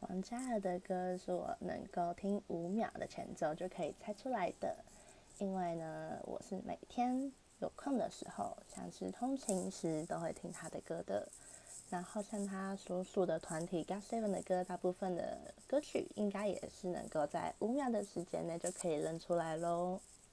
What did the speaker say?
王嘉尔的歌是我能够听5秒的前奏就可以猜出来的，因为呢，我是每天有空的时候，像是通勤时都会听他的歌的。然后像他所属的团体 GOT7 的歌，大部分的歌曲应该也是能够在5秒的时间内就可以认出来咯。